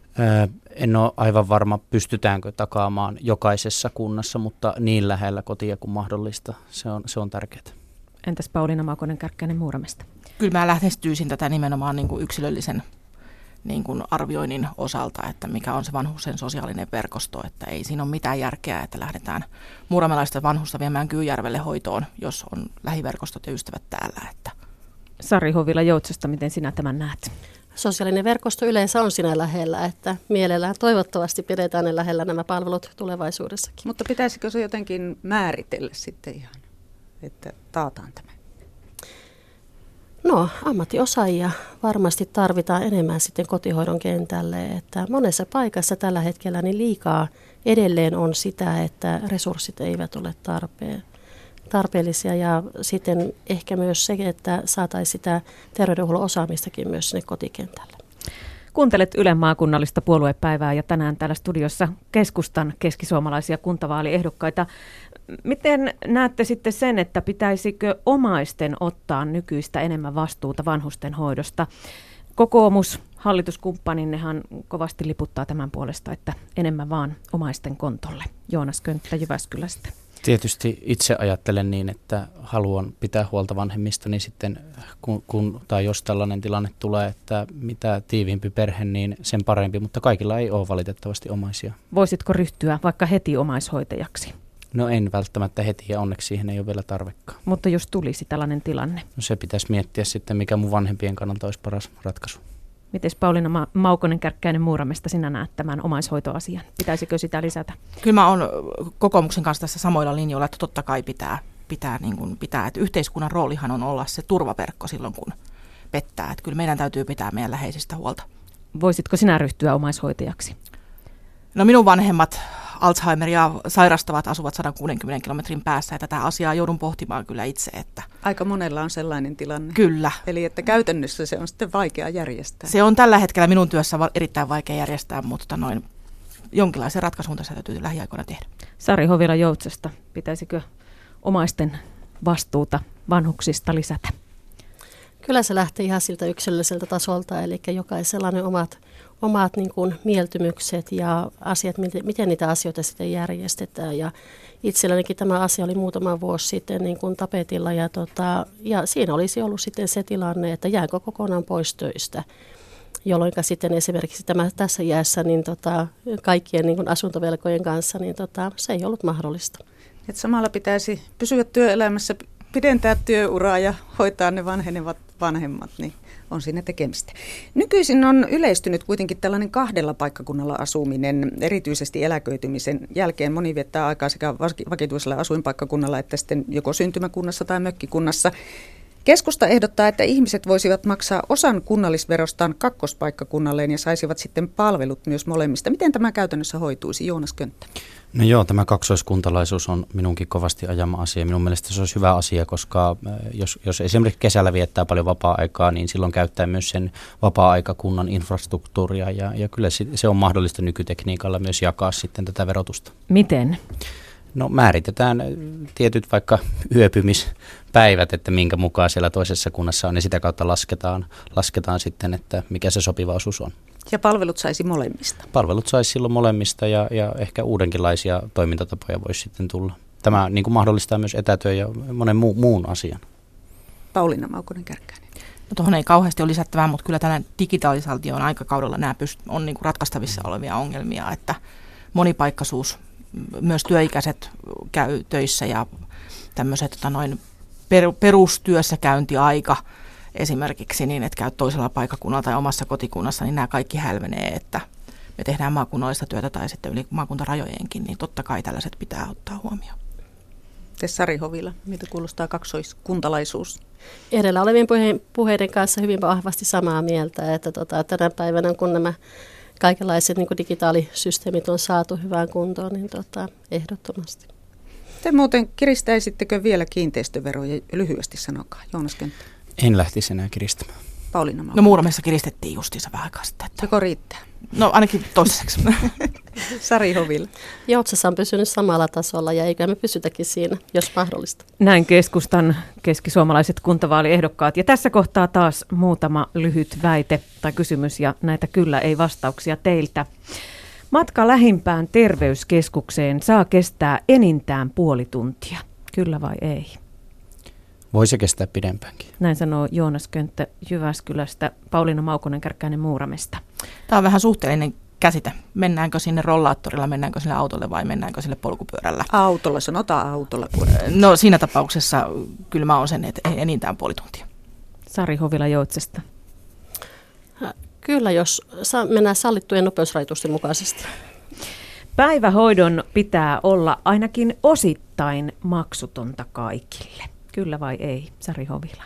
En ole aivan varma, pystytäänkö takaamaan jokaisessa kunnassa, mutta niin lähellä kotia kuin mahdollista. Se on, se on tärkeää. Entäs Pauliina Maukonen-Kärkkäinen Muuramesta? Kyllä mä lähestyisin tätä nimenomaan niin kuin yksilöllisen niin kuin arvioinnin osalta, että mikä on se vanhusten sosiaalinen verkosto, että ei siinä ole mitään järkeä, että lähdetään muuramelaista vanhusta viemään Kyyjärvelle hoitoon, jos on lähiverkostot ja ystävät täällä. Että. Sari Hovila-Joutsasta, miten sinä tämän näet? Sosiaalinen verkosto yleensä on siinä lähellä, että mielellään toivottavasti pidetään ne lähellä nämä palvelut tulevaisuudessakin. Mutta pitäisikö se jotenkin määritellä sitten ihan, että taataan tämä? No, ammattiosaajia varmasti tarvitaan enemmän sitten kotihoidon kentälle, että monessa paikassa tällä hetkellä niin liikaa edelleen on sitä, että resurssit eivät ole tarpeen, tarpeellisia ja sitten ehkä myös se, että saataisiin sitä terveydenhuollon osaamistakin myös sinne kotikentälle. Kuuntelet Ylen maakunnallista puoluepäivää ja tänään täällä studiossa keskustan keskisuomalaisia kuntavaaliehdokkaita. Miten näette sitten sen, että pitäisikö omaisten ottaa nykyistä enemmän vastuuta vanhusten hoidosta? Kokoomus, hallituskumppaninnehan kovasti liputtaa tämän puolesta, että enemmän vaan omaisten kontolle. Joonas Könttä Jyväskylästä. Tietysti itse ajattelen niin, että haluan pitää huolta vanhemmista, niin sitten kun, kun tai jos tällainen tilanne tulee, että mitä tiiviimpi perhe, niin sen parempi, mutta kaikilla ei ole valitettavasti omaisia. Voisitko ryhtyä vaikka heti omaishoitajaksi? No en välttämättä heti ja onneksi siihen ei ole vielä tarvekaan. Mutta jos tulisi tällainen tilanne? No se pitäisi miettiä sitten, mikä mun vanhempien kannalta olisi paras ratkaisu. Mites Pauliina Ma- Maukonen-Kärkkäinen Muuramesta sinä näet tämän omaishoitoasian? Pitäisikö sitä lisätä? Kyllä mä oon kokoomuksen kanssa tässä samoilla linjoilla, että totta kai pitää, pitää, niin kuin pitää. Että yhteiskunnan roolihan on olla se turvaverkko silloin, kun pettää. Että kyllä meidän täytyy pitää meidän läheisistä huolta. Voisitko sinä ryhtyä omaishoitajaksi? No minun vanhemmat Alzheimeria sairastavat asuvat sata kuusikymmentä kilometrin päässä ja tätä asiaa joudun pohtimaan kyllä itse. Että aika monella on sellainen tilanne. Kyllä. Eli että käytännössä se on sitten vaikea järjestää. Se on tällä hetkellä minun työssä erittäin vaikea järjestää, mutta noin jonkinlaisen ratkaisun tässä täytyy lähiaikoina tehdä. Sari Hovila-Joutsasta, pitäisikö omaisten vastuuta vanhuksista lisätä? Kyllä se lähtee ihan siltä yksilölliseltä tasolta, eli jokaisella ne omat, omat niin kuin mieltymykset ja asiat, miten, miten niitä asioita sitten järjestetään. Ja itsellänikin tämä asia oli muutama vuosi sitten niin kuin tapetilla ja, tota, ja siinä olisi ollut sitten se tilanne, että jäänkö kokonaan pois töistä. Jolloin sitten esimerkiksi tämä, tässä iässä niin tota, kaikkien niin kuin asuntovelkojen kanssa, niin tota, se ei ollut mahdollista. Et samalla pitäisi pysyä työelämässä, pidentää työuraa ja hoitaa ne vanhenevat vanhemmat, niin on siinä tekemistä. Nykyisin on yleistynyt kuitenkin tällainen kahdella paikkakunnalla asuminen, erityisesti eläköitymisen jälkeen. Moni viettää aikaa sekä vakituisella asuinpaikkakunnalla että sitten joko syntymäkunnassa tai mökkikunnassa. Keskusta ehdottaa, että ihmiset voisivat maksaa osan kunnallisverostaan kakkospaikkakunnalleen ja saisivat sitten palvelut myös molemmista. Miten tämä käytännössä hoituisi, Joonas Könttä? No joo, tämä kaksoiskuntalaisuus on minunkin kovasti ajama asia. Minun mielestä se olisi hyvä asia, koska jos, jos esimerkiksi kesällä viettää paljon vapaa-aikaa, niin silloin käyttää myös sen vapaa-aikakunnan infrastruktuuria. Ja, ja kyllä se on mahdollista nykytekniikalla myös jakaa sitten tätä verotusta. Miten? No määritetään tietyt vaikka yöpymispäivät, että minkä mukaan siellä toisessa kunnassa on, ja sitä kautta lasketaan, lasketaan sitten, että mikä se sopiva osuus on. Ja palvelut saisi molemmista. Palvelut saisi silloin molemmista ja, ja ehkä uudenkinlaisia toimintatapoja voisi sitten tulla. Tämä niin kuin mahdollistaa myös etätyö ja monen muu, muun asian. Pauliina Maukonen-Kärkkäinen. No tuohon ei kauheasti ole lisättävää, mutta kyllä tällä digitalisaation aikakaudella nämä pyst- on niin kuin ratkaistavissa olevia ongelmia, että monipaikkaisuus, myös työikäiset käy töissä ja tämmöiset tota noin per, perustyössäkäyntiaika esimerkiksi niin, että käy toisella paikkakunnalla tai omassa kotikunnassa, niin nämä kaikki hälvenee, että me tehdään maakunnallista työtä tai sitten yli maakuntarajojenkin, niin totta kai tällaiset pitää ottaa huomioon. Te Sari Hovila, mitä kuulostaa kaksoiskuntalaisuus? Edellä olevien puhe- puheiden kanssa hyvin vahvasti samaa mieltä, että tota, tänä päivänä kun nämä kaikenlaiset niin kuin digitaalisysteemit on saatu hyvään kuntoon, niin tota, ehdottomasti. Te muuten kiristäisittekö vielä kiinteistöveroja? Lyhyesti sanokaa, Joonas Könttä. En lähtisi enää kiristämään. Pauliina Maukonen. No Muuramessa kiristettiin justiinsa vähän aikaa sitten. Että... Joko riittää? No ainakin toistaiseksi. Sari Hovila. Joutsassa on pysynyt samalla tasolla ja eikä me pysytäkin siinä, jos mahdollista. Näin keskustan keskisuomalaiset kuntavaaliehdokkaat. Ja tässä kohtaa taas muutama lyhyt väite tai kysymys ja näitä kyllä ei vastauksia teiltä. Matka lähimpään terveyskeskukseen saa kestää enintään puoli tuntia. Kyllä vai ei? Voi se kestää pidempäänkin. Näin sanoo Joonas Könttä Jyväskylästä, Pauliina Maukonen-Kärkkäinen Muuramesta. Tämä on vähän suhteellinen käsite. Mennäänkö sinne rollaattorilla, mennäänkö sinne autolle vai mennäänkö sinne polkupyörällä? Autolla, sanotaan autolla. No siinä tapauksessa kyllä mä oon sen, että enintään puoli tuntia. Sari Hovila Joutsesta. Kyllä, jos mennään sallittujen nopeusrajoitusten mukaisesti. Päivähoidon pitää olla ainakin osittain maksutonta kaikille. Kyllä vai ei, Sari Hovila?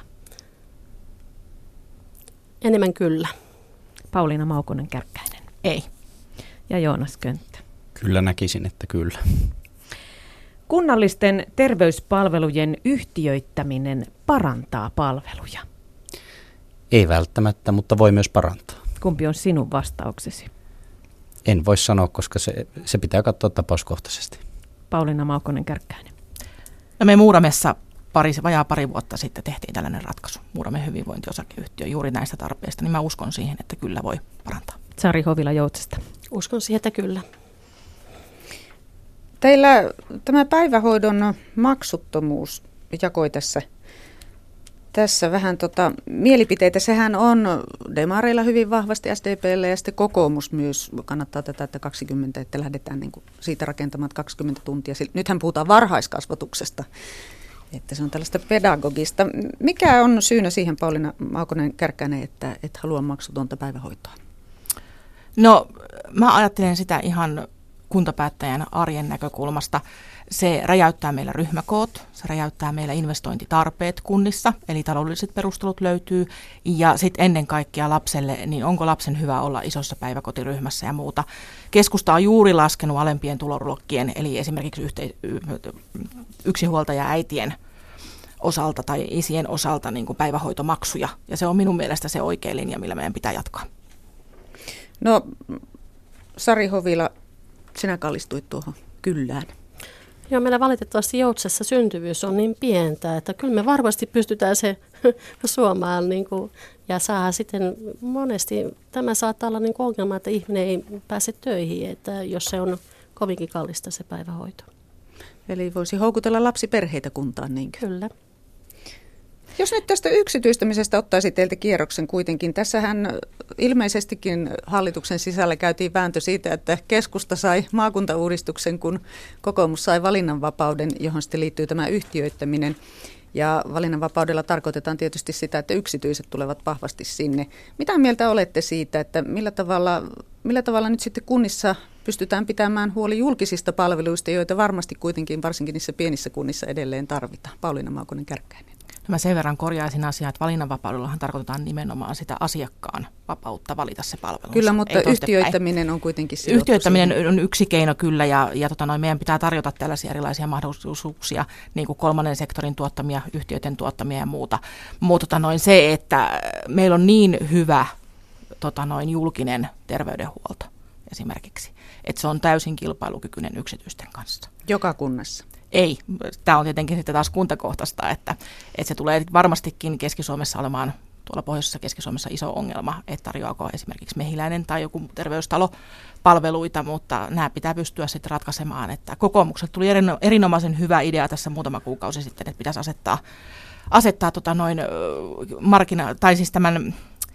Enemmän kyllä. Pauliina Maukonen-Kärkkäinen. Ei. Ja Joonas Könttä. Kyllä näkisin, että kyllä. Kunnallisten terveyspalvelujen yhtiöittäminen parantaa palveluja. Ei välttämättä, mutta voi myös parantaa. Kumpi on sinun vastauksesi? En voi sanoa, koska se, se pitää katsoa tapauskohtaisesti. Pauliina Maukonen-Kärkkäinen. No me Muuramessa pari, vajaa pari vuotta sitten tehtiin tällainen ratkaisu. Muuramen hyvinvointiosakeyhtiö juuri näistä tarpeista, niin mä uskon siihen, että kyllä voi parantaa. Sari Hovila Joutsesta. Uskon siihen, että kyllä. Teillä tämä päivähoidon maksuttomuus jakoi tässä, tässä vähän tota, mielipiteitä. Sehän on demareilla hyvin vahvasti, S D P:llä ja sitten kokoomus myös kannattaa tätä, että kaksikymmentä, että lähdetään niin kuin siitä rakentamaan kaksikymmentä tuntia. Nythän puhutaan varhaiskasvatuksesta, että se on tällaista pedagogista. Mikä on syynä siihen, Pauliina Maukonen-Kärkkäinen, että et halua maksutonta päivähoitoa? No mä ajattelen sitä ihan kuntapäättäjän arjen näkökulmasta. Se räjäyttää meillä ryhmäkoot, se räjäyttää meillä investointitarpeet kunnissa, eli taloudelliset perustelut löytyy. Ja sitten ennen kaikkea lapselle, niin onko lapsen hyvä olla isossa päiväkotiryhmässä ja muuta. Keskusta on juuri laskenut alempien tuloluokkien, eli esimerkiksi yhte- yksinhuoltaja äitien osalta tai isien osalta niin kuin päivähoitomaksuja. Ja se on minun mielestä se oikea linja, millä meidän pitää jatkaa. No Sari Hovila, sinä kallistuit tuohon kyllään. Joo, meillä valitettavasti Joutsassa syntyvyys on niin pientä, että kyllä me varmasti pystytään se suomaan niin kuin, ja saa sitten monesti, tämä saattaa olla niin kuin ongelma, että ihminen ei pääse töihin, että jos se on kovinkin kallista se päivähoito. Eli voisi houkutella lapsiperheitä kuntaan, niinkö? Kyllä. Jos nyt tästä yksityistämisestä ottaisi teiltä kierroksen kuitenkin, tässähän ilmeisestikin hallituksen sisällä käytiin vääntö siitä, että keskusta sai maakuntauudistuksen, kun kokoomus sai valinnanvapauden, johon sitten liittyy tämä yhtiöittäminen. Ja valinnanvapaudella tarkoitetaan tietysti sitä, että yksityiset tulevat vahvasti sinne. Mitä mieltä olette siitä, että millä tavalla, millä tavalla nyt sitten kunnissa pystytään pitämään huoli julkisista palveluista, joita varmasti kuitenkin varsinkin niissä pienissä kunnissa edelleen tarvitaan? Pauliina Maukonen-Kärkkäinen. Mä sen verran korjaisin asiaa, että valinnanvapaudellahan tarkoitetaan nimenomaan sitä asiakkaan vapautta valita se palvelu. Kyllä, mutta yhtiöittäminen on kuitenkin sidottu. Yhtiöittäminen siihen on yksi keino kyllä, ja, ja tota noin, meidän pitää tarjota tällaisia erilaisia mahdollisuuksia, niin kuin kolmannen sektorin tuottamia, yhtiöiden tuottamia ja muuta. Mutta tota noin, se, että meillä on niin hyvä tota noin, julkinen terveydenhuolto esimerkiksi, että se on täysin kilpailukykyinen yksityisten kanssa. Joka kunnassa? Ei. Tämä on tietenkin sitten taas kuntakohtaista, että, että se tulee varmastikin Keski-Suomessa olemaan, tuolla pohjoisessa Keski-Suomessa iso ongelma, että tarjoako esimerkiksi Mehiläinen tai joku terveystalo palveluita, mutta nämä pitää pystyä sitten ratkaisemaan. Että kokoomukselle tuli erinomaisen hyvä idea tässä muutama kuukausi sitten, että pitäisi asettaa, asettaa tota noin markkina, tai siis tämän,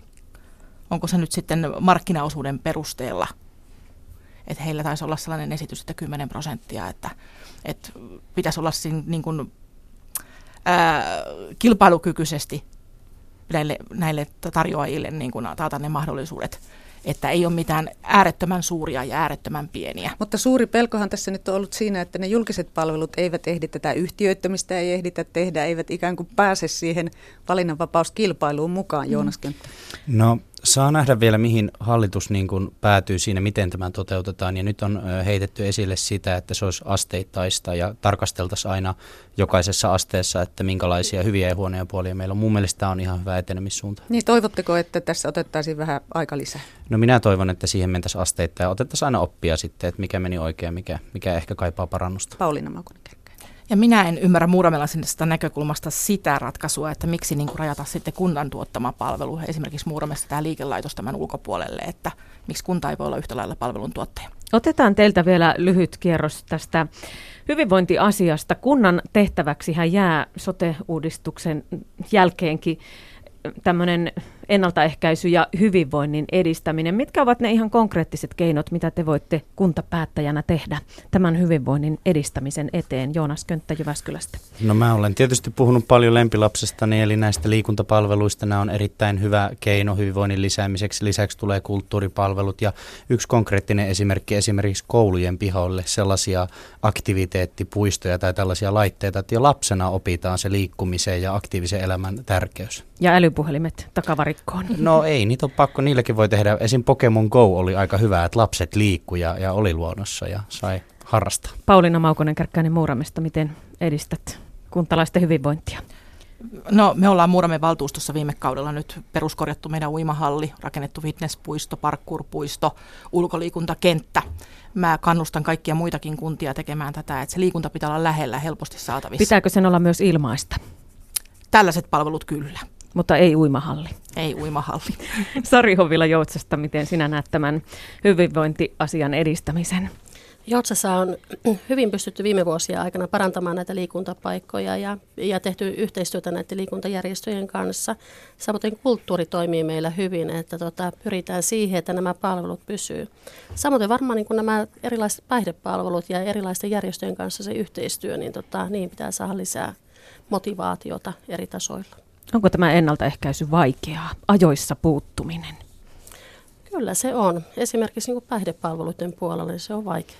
onko se nyt sitten markkinaosuuden perusteella, että heillä taisi olla sellainen esitys, että kymmenen prosenttia, että, että pitäisi olla siinä niin kuin, ää, kilpailukykyisesti näille, näille tarjoajille niin kuin taata ne mahdollisuudet, että ei ole mitään äärettömän suuria ja äärettömän pieniä. Mutta suuri pelkohan tässä nyt on ollut siinä, että ne julkiset palvelut eivät ehdi tätä yhtiöittämistä, ei ehditä tehdä, eivät ikään kuin pääse siihen valinnanvapauskilpailuun mukaan, Joonas Könttä. No saa nähdä vielä, mihin hallitus niin kuin päätyy siinä, miten tämä toteutetaan. Ja nyt on heitetty esille sitä, että se olisi asteittaista ja tarkasteltaisiin aina jokaisessa asteessa, että minkälaisia hyviä ja huonoja puolia meillä on. Mun mielestä tämä on ihan hyvä etenemissuunta. Niin, toivotteko, että tässä otettaisiin vähän aika lisää? No minä toivon, että siihen mentäisiin asteittain ja otettaisiin aina oppia sitten, että mikä meni oikein, mikä, mikä ehkä kaipaa parannusta. Pauliina Maukonen-Kärkkäinen. Ja minä en ymmärrä muuramelaisesta näkökulmasta sitä ratkaisua, että miksi niin kuin rajata sitten kunnan tuottama palvelu, esimerkiksi Muuramesta tämä liikelaitos tämän ulkopuolelle, että miksi kunta ei voi olla yhtä lailla palveluntuottaja. Otetaan teiltä vielä lyhyt kierros tästä hyvinvointiasiasta. Kunnan tehtäväksihän jää sote-uudistuksen jälkeenkin tämmöinen ennaltaehkäisy ja hyvinvoinnin edistäminen. Mitkä ovat ne ihan konkreettiset keinot, mitä te voitte kuntapäättäjänä tehdä tämän hyvinvoinnin edistämisen eteen? Joonas Könttä Jyväskylästä. No mä olen tietysti puhunut paljon lempilapsestani, eli näistä liikuntapalveluista. Nämä on erittäin hyvä keino hyvinvoinnin lisäämiseksi. Lisäksi tulee kulttuuripalvelut ja yksi konkreettinen esimerkki esimerkiksi koulujen pihoille sellaisia aktiviteettipuistoja tai tällaisia laitteita, että jo lapsena opitaan se liikkumisen ja aktiivisen elämän tärkeys. Ja älypuhelimet takavarikkoon. No ei, niitä on pakko, niilläkin voi tehdä. Esim. Pokemon Go oli aika hyvä, että lapset liikkui ja, ja oli luonnossa ja sai harrastaa. Pauliina Maukonen-Kärkkäinen Muuramesta, miten edistät kuntalaisten hyvinvointia? No me ollaan Muuramen valtuustossa viime kaudella nyt peruskorjattu meidän uimahalli, rakennettu fitnesspuisto, parkourpuisto, ulkoliikuntakenttä. Mä kannustan kaikkia muitakin kuntia tekemään tätä, että se liikunta pitää olla lähellä, helposti saatavissa. Pitääkö sen olla myös ilmaista? Tällaiset palvelut kyllä. Mutta ei uimahalli. Ei uimahalli. Sari Hovila Joutsasta, miten sinä näet tämän hyvinvointiasian edistämisen? Joutsassa on hyvin pystytty viime vuosien aikana parantamaan näitä liikuntapaikkoja ja, ja tehty yhteistyötä näiden liikuntajärjestöjen kanssa. Samoin kulttuuri toimii meillä hyvin, että tota, pyritään siihen, että nämä palvelut pysyy. Samoin varmaan niin kuin nämä erilaiset päihdepalvelut ja erilaisten järjestöjen kanssa se yhteistyö, niin tota, niin pitää saada lisää motivaatiota eri tasoilla. Onko tämä ennaltaehkäisy vaikeaa, ajoissa puuttuminen? Kyllä se on. Esimerkiksi niin kuin päihdepalveluiden puolella niin se on vaikeaa.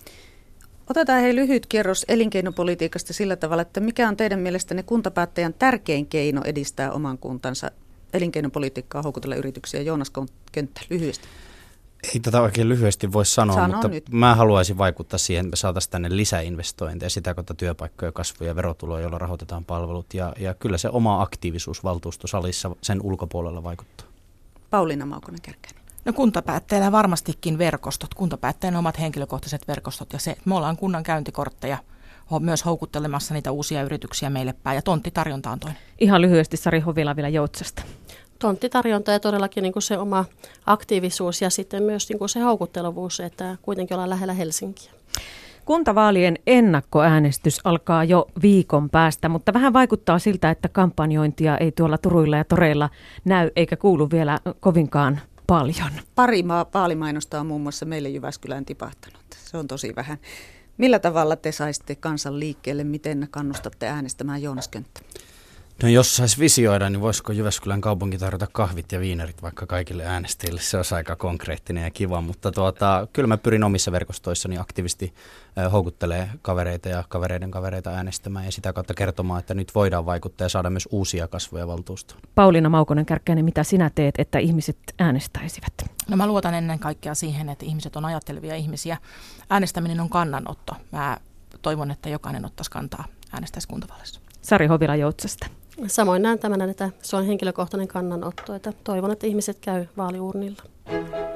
Otetaan hei lyhyt kierros elinkeinopolitiikasta sillä tavalla, että mikä on teidän mielestänne kuntapäättäjän tärkein keino edistää oman kuntansa elinkeinopolitiikkaa, houkutella yrityksiä? Joonas Könttä, lyhyesti. Ei tätä oikein lyhyesti voi sanoa, Sano mutta nyt. Mä haluaisin vaikuttaa siihen, että me saataisiin tänne lisäinvestointeja, sitä kautta työpaikkoja, kasvuja ja verotuloja, joilla rahoitetaan palvelut. Ja, ja kyllä se oma aktiivisuus valtuustosalissa sen ulkopuolella vaikuttaa. Pauliina Maukonen-Kärkkäinen. No kuntapäättäjillä varmastikin verkostot, kuntapäättäjien omat henkilökohtaiset verkostot ja se, että me ollaan kunnan käyntikortteja myös houkuttelemassa niitä uusia yrityksiä meille päin. Ja tonttitarjonta on toinen. Ihan lyhyesti Sari Hovila vielä Joutsasta. Tonttitarjonta ja todellakin niin kuin se oma aktiivisuus ja sitten myös niin kuin se houkuttelevuus, että kuitenkin ollaan lähellä Helsinkiä. Kuntavaalien ennakkoäänestys alkaa jo viikon päästä, mutta vähän vaikuttaa siltä, että kampanjointia ei tuolla turuilla ja toreilla näy eikä kuulu vielä kovinkaan paljon. Pari maa- vaalimainosta on muun muassa meille Jyväskylään tipahtanut. Se on tosi vähän. Millä tavalla te saisitte kansan liikkeelle? Miten kannustatte äänestämään Joonas Könttä? No jos saisi visioida, niin voisiko Jyväskylän kaupunki tarjota kahvit ja viinerit vaikka kaikille äänestäjille? Se olisi aika konkreettinen ja kiva, mutta tuota, kyllä mä pyrin omissa verkostoissani aktiivisesti äh, houkuttelee kavereita ja kavereiden kavereita äänestämään ja sitä kautta kertomaan, että nyt voidaan vaikuttaa ja saada myös uusia kasvoja valtuustoon. Pauliina Maukonen-Kärkkäinen, mitä sinä teet, että ihmiset äänestäisivät? No mä luotan ennen kaikkea siihen, että ihmiset on ajattelevia ihmisiä. Äänestäminen on kannanotto. Mä toivon, että jokainen ottaisi kantaa äänestäisi kuntavaaleissa. Sari Hovila Joutsasta. Samoin näen tämän, että se on henkilökohtainen kannanotto, että toivon, että ihmiset käy vaaliurnilla.